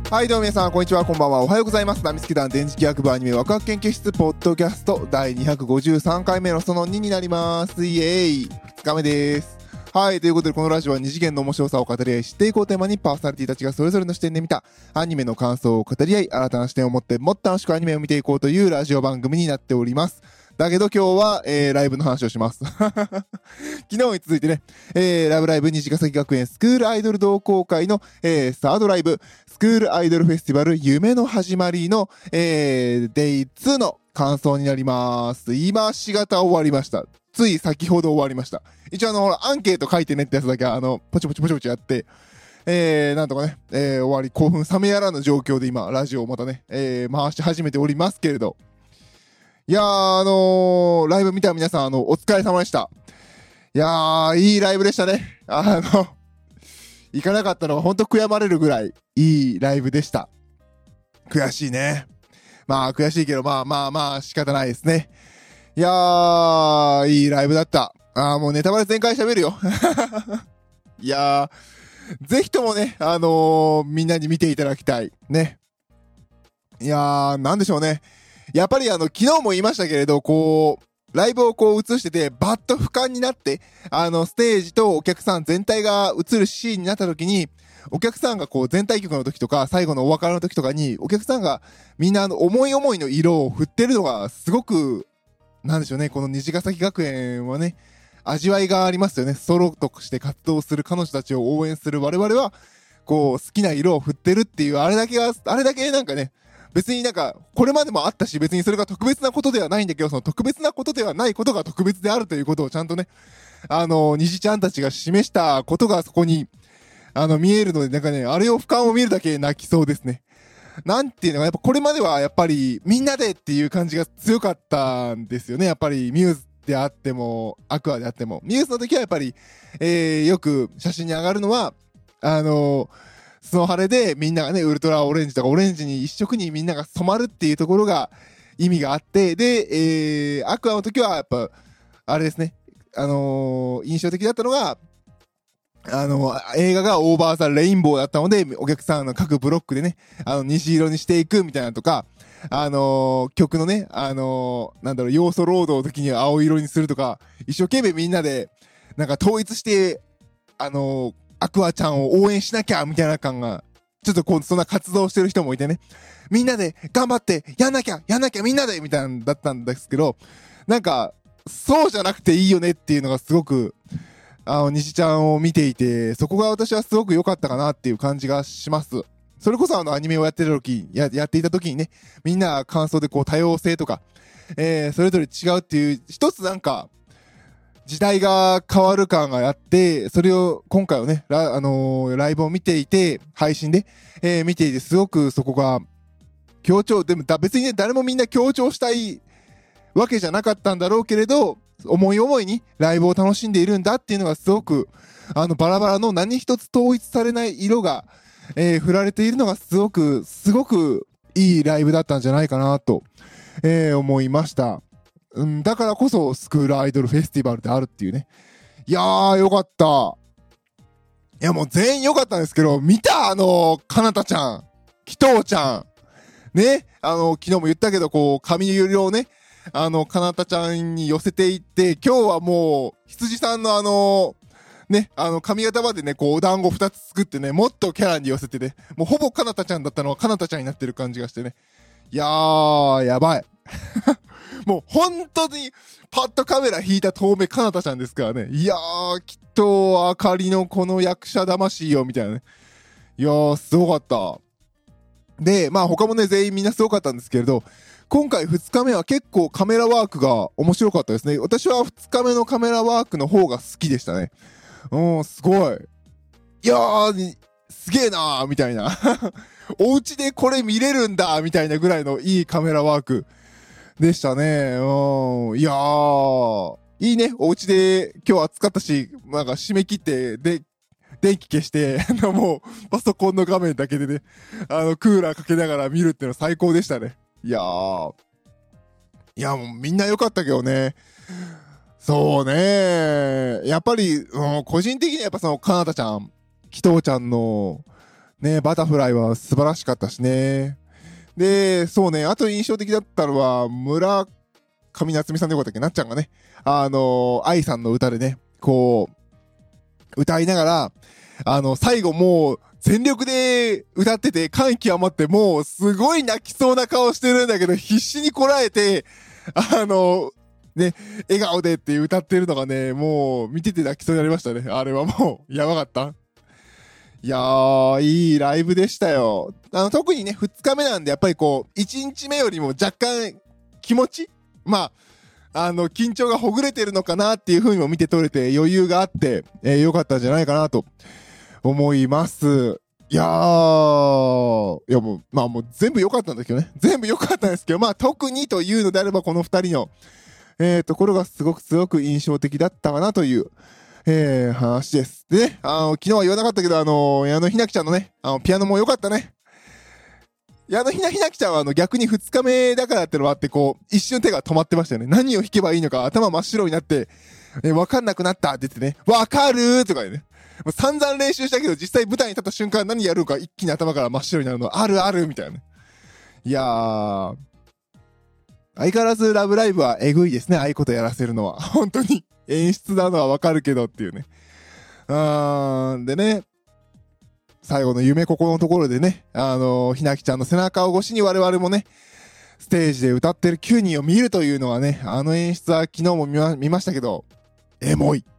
はい、どうも皆さん、こんにちは、こんばんは。おはようございます。ナミスケ団電磁気学部アニメワクワク研究室ポッドキャスト第253回目のその2になります。イエーイ !2 日目です。はい、ということでこのラジオは二次元の面白さを語り合い知っていこうテーマにパーソナリティたちがそれぞれの視点で見たアニメの感想を語り合い、新たな視点を持ってもっと楽しくアニメを見ていこうというラジオ番組になっております。だけど今日は、ライブの話をします。昨日に続いてね、ラブライブ虹ヶ崎学園スクールアイドル同好会の、サードライブ、スクールアイドルフェスティバル夢の始まりの、デイ2の感想になります。今しがた終わりました。つい先ほど終わりました。一応アンケート書いてねってやつだけポチポチやって、なんとかね、終わり興奮冷めやらぬ状況で今ラジオをまたね、回し始めておりますけれど、いやー、ライブ見た皆さん、お疲れ様でした。いやー、いいライブでしたね。行かなかったのがほんと悔やまれるぐらいいいライブでした。悔しいね。まあ、悔しいけど、まあ、仕方ないですね。いやー、いいライブだった。もうネタバレ全開喋るよ。いやー、ぜひともね、みんなに見ていただきたい。ね。いやー、なんでしょうね。やっぱり昨日も言いましたけれど、ライブを映してて、バッと俯瞰になって、ステージとお客さん全体が映るシーンになった時に、お客さんが全体曲の時とか、最後のお別れの時とかに、お客さんがみんな思い思いの色を振ってるのが、すごく、なんでしょうね、この虹ヶ崎学園はね、味わいがありますよね。ソロとして活動する彼女たちを応援する我々は、好きな色を振ってるっていう、あれだけなんかね、別になんか、これまでもあったし、別にそれが特別なことではないんだけど、その特別なことではないことが特別であるということをちゃんとね、虹ちゃんたちが示したことがそこに、見えるので、なんかね、あれを俯瞰を見るだけ泣きそうですね。なんていうのか、やっぱこれまではやっぱり、みんなでっていう感じが強かったんですよね。やっぱり、ミューズであっても、アクアであっても。ミューズの時はやっぱり、よく写真に上がるのは、スノハレでみんながね、ウルトラオレンジとかオレンジに一色にみんなが染まるっていうところが意味があって、で、アクアの時はやっぱ、あれですね、印象的だったのが、映画がオーバーザレインボーだったので、お客さんの各ブロックでね、虹色にしていくみたいなとか、曲のね、要素ロードの時に青色にするとか、一生懸命みんなで、なんか統一して、アクアちゃんを応援しなきゃみたいな感が、ちょっとそんな活動してる人もいてね、みんなで頑張ってやんなきゃみんなでみたいなんだったんですけど、なんか、そうじゃなくていいよねっていうのがすごく、虹ちゃんを見ていて、そこが私はすごく良かったかなっていう感じがします。それこそアニメをやっていた時にね、みんな感想で多様性とか、それぞれ違うっていう、一つなんか、時代が変わる感があって、それを今回はね、ライブを見ていて、配信で、見ていて、すごくそこが強調、でも別にね、誰もみんな強調したいわけじゃなかったんだろうけれど、思い思いにライブを楽しんでいるんだっていうのがすごく、バラバラの何一つ統一されない色が、振られているのがすごくいいライブだったんじゃないかなと、思いました。だからこそスクールアイドルフェスティバルであるっていうね。いやー、よかった。いや、もう全員よかったんですけど、見たかなたちゃん、きとうちゃん。ね、昨日も言ったけど、髪色をね、かなたちゃんに寄せていって、今日はもう、羊さんのね、髪型までね、お団子2つ作ってね、もっとキャラに寄せてね、もうほぼかなたちゃんだったのはかなたちゃんになってる感じがしてね。いやー、やばい。もう本当にパッとカメラ引いた遠目かなたちゃんですからね。いやー、きっとあかりのこの役者魂よみたいなね。いやー、すごかった。で、まあ他もね、全員みんなすごかったんですけれど、今回2日目は結構カメラワークが面白かったですね。私は2日目のカメラワークの方が好きでしたね。すごい。いやー、すげえなーみたいな。お家でこれ見れるんだみたいなぐらいのいいカメラワークでしたね。いやー、いいね。お家で今日暑かったし、なんか締め切って、で、電気消して、もう、パソコンの画面だけでね、クーラーかけながら見るっていうの最高でしたね。いやー。いや、もうみんな良かったけどね。そうね。やっぱり、個人的にはやっぱその、かなたちゃん、きとうちゃんの、 ね、バタフライは素晴らしかったしね。で、そうね、あと印象的だったのは、村上夏美さんでよかったっけ、なっちゃんがね、愛さんの歌でね、こう、歌いながら、最後もう、全力で歌ってて、感極まって、もう、すごい泣きそうな顔してるんだけど、必死にこらえて、ね、笑顔でって歌ってるのがね、もう、見てて泣きそうになりましたね。あれはもう、やばかった。いやー、いいライブでしたよ。特にね、2日目なんで、やっぱりこう、1日目よりも若干、気持ちまあ、緊張がほぐれてるのかなっていう風にも見て取れて余裕があって、良かったんじゃないかなと思います。いやもう、まあもう全部良かったんだけどね。全部良かったんですけど、まあ特にというのであればこの2人の、ところがすごく印象的だったかなという、話です。でね、昨日は言わなかったけど、矢野ひなきちゃんのね、ピアノも良かったね。矢野ひなきちゃんは逆に2日目だからってのもあって、こう、一瞬手が止まってましたよね。何を弾けばいいのか頭真っ白になって、わかんなくなったって言ってね、わかるーとかね。もう散々練習したけど、実際舞台に立った瞬間何やるのか一気に頭から真っ白になるの、あるあるみたいなね。いやー、相変わらずラブライブはえぐいですね、ああいうことやらせるのは。本当に。演出なのはわかるけどっていうね。でね、最後の夢ここのところでね、ひなきちゃんの背中を越しに我々もね、ステージで歌ってる9人を見るというのはね、あの演出は昨日も見ましたけど、エモい。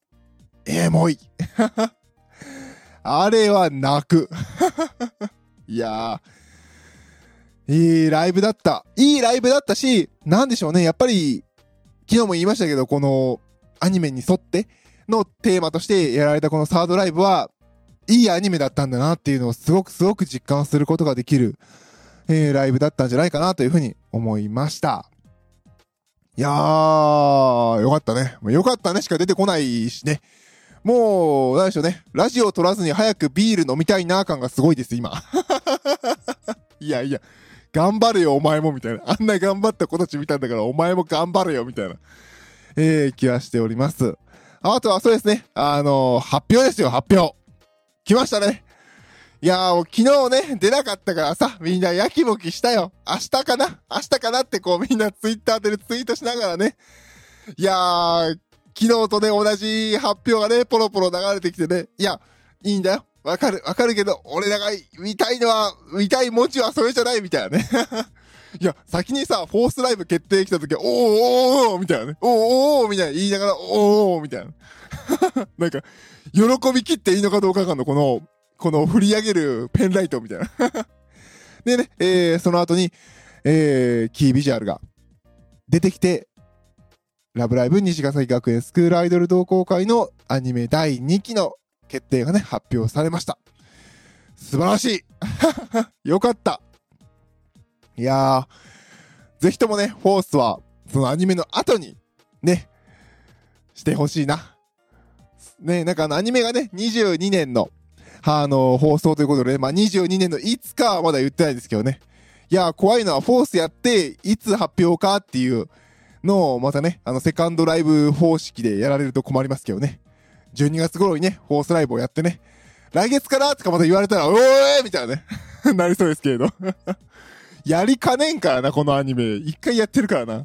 あれは泣く。いやー、いいライブだった。いいライブだったし、なんでしょうね、やっぱり、昨日も言いましたけど、このアニメに沿ってのテーマとしてやられたこのサードライブは、いいアニメだったんだなっていうのをすごく実感することができる、ライブだったんじゃないかなというふうに思いました。いやー、よかったね。よかったねしか出てこないしね。もう、なんでしょうね。ラジオを撮らずに早くビール飲みたいな感がすごいです、今。いや、頑張れよ、お前も、みたいな。あんな頑張った子たち見たんだから、お前も頑張れよ、みたいな、気はしております。あとはそうですね。発表ですよ、発表。来ましたね。いやー、昨日ね、出なかったからさ、みんなやきもきしたよ。明日かなってこうみんなツイッターでツイートしながらね。いやー、昨日とね、同じ発表がね、ポロポロ流れてきてね。いや、いいんだよ。わかるけど、俺らが見たい文字はそれじゃないみたいなね。いや、先にさ、フォースライブ決定来た時は、おーみたいなね。おーみたいな言いながら、おーみたいな。なんか、喜び切っていいのかどうかがの、この振り上げるペンライトみたいな。でね、その後に、キービジュアルが出てきて、ラブライブ西ヶ崎学園スクールアイドル同好会のアニメ第2期の決定がね、発表されました。素晴らしいよかった。いやー、ぜひともね、フォースは、そのアニメの後に、ね、してほしいな。ね、なんかアニメがね、22年の、放送ということで、まあ、22年のいつかはまだ言ってないですけどね。いやー、怖いのはフォースやって、いつ発表かっていうのを、またね、セカンドライブ方式でやられると困りますけどね。12月頃にね、フォースライブをやってね、来月からとかまた言われたら、おーいみたいなね、なりそうですけれど。やりかねんからな、このアニメ。一回やってるからな。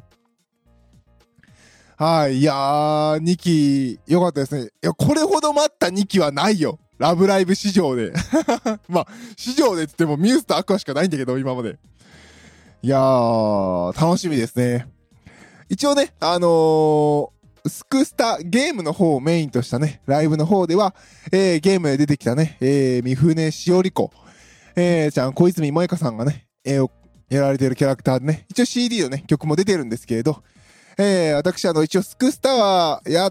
はい。いやー、2期、良かったですね。いや、これほど待った2期はないよ。ラブライブ史上で。まあ、史上でって言ってもミュースとアクアしかないんだけど、今まで。いやー、楽しみですね。一応ね、スクスタゲームの方をメインとしたね、ライブの方では、ゲームで出てきたね、三船しおり子、ちゃん、小泉萌香さんがね、をやられているキャラクターでね、一応 CD のね、曲も出てるんですけれど、私一応スクスタはや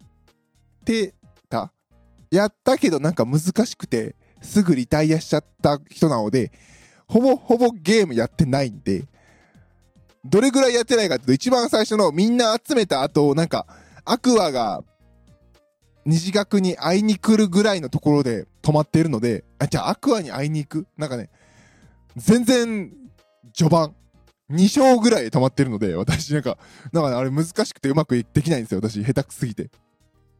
ったけどなんか難しくて、すぐリタイアしちゃった人なので、ほぼゲームやってないんで、どれぐらいやってないかっていうと、一番最初のみんな集めた後、なんか、アクアが虹学に会いに来るぐらいのところで止まっているので、じゃあアクアに会いに行くなんかね、全然、序盤、2章ぐらいで止まってるので、私なんかあれ難しくてうまくできないんですよ、私、下手くすぎて。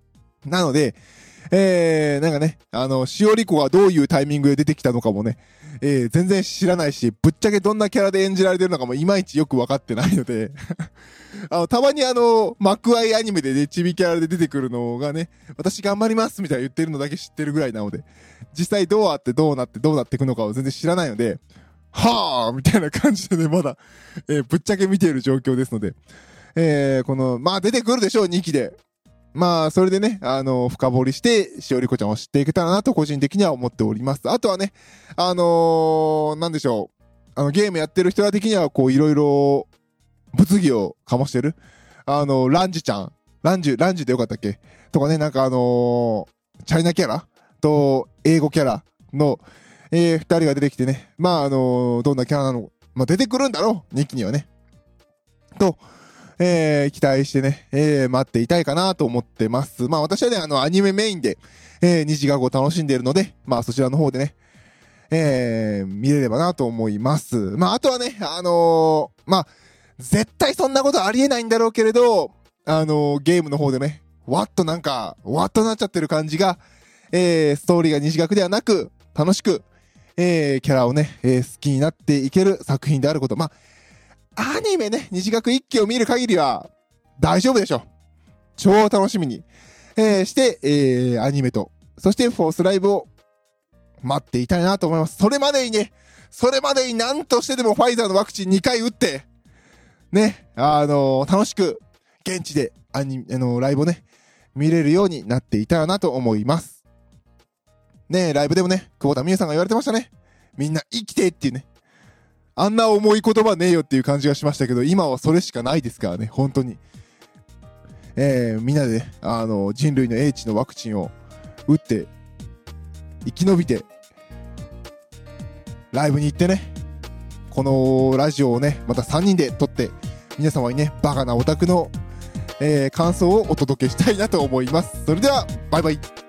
なので、なんかね、しおり子がどういうタイミングで出てきたのかもね、全然知らないし、ぶっちゃけどんなキャラで演じられてるのかもいまいちよくわかってないので、たまに幕愛アニメでね、チビキャラで出てくるのがね、私頑張りますみたいな言ってるのだけ知ってるぐらいなので、実際どうあってどうなってどうなっていくのかを全然知らないので、はぁみたいな感じでね、まだ、ぶっちゃけ見ている状況ですので、まあ出てくるでしょう、2期で。まあ、それでね、深掘りして、しおりこちゃんを知っていけたらなと個人的には思っております。あとはね、なんでしょう。ゲームやってる人ら的には、こう、いろいろ、物議を醸してる。ランジちゃん。ランジュでよかったっけとかね、なんかチャイナキャラと、英語キャラの、二人が出てきてね。まあ、どんなキャラなの、まあ、出てくるんだろう。2期にはね。と、期待してね、待っていたいかなと思ってます。まあ私はね、アニメメインで、二次学を楽しんでいるので、まあそちらの方でね、見れればなと思います。まああとはね、まあ、絶対そんなことありえないんだろうけれど、ゲームの方でね、わっとなっちゃってる感じが、ストーリーが二次学ではなく、楽しく、キャラをね、好きになっていける作品であること。まあ、アニメね、二次学一期を見る限りは大丈夫でしょ。超楽しみに、して、アニメと、そしてフォースライブを待っていたいなと思います。それまでに何としてでもファイザーのワクチン2回打って、ね、楽しく現地でライブをね、見れるようになっていたらなと思います。ね、ライブでもね、久保田美優さんが言われてましたね。みんな生きてっていうね。あんな重い言葉ねえよっていう感じがしましたけど、今はそれしかないですからね、本当に。みんなでね、人類の英知のワクチンを打って、生き延びて、ライブに行ってね、このラジオをね、また3人で撮って、皆様にね、バカなオタクの、感想をお届けしたいなと思います。それでは、バイバイ。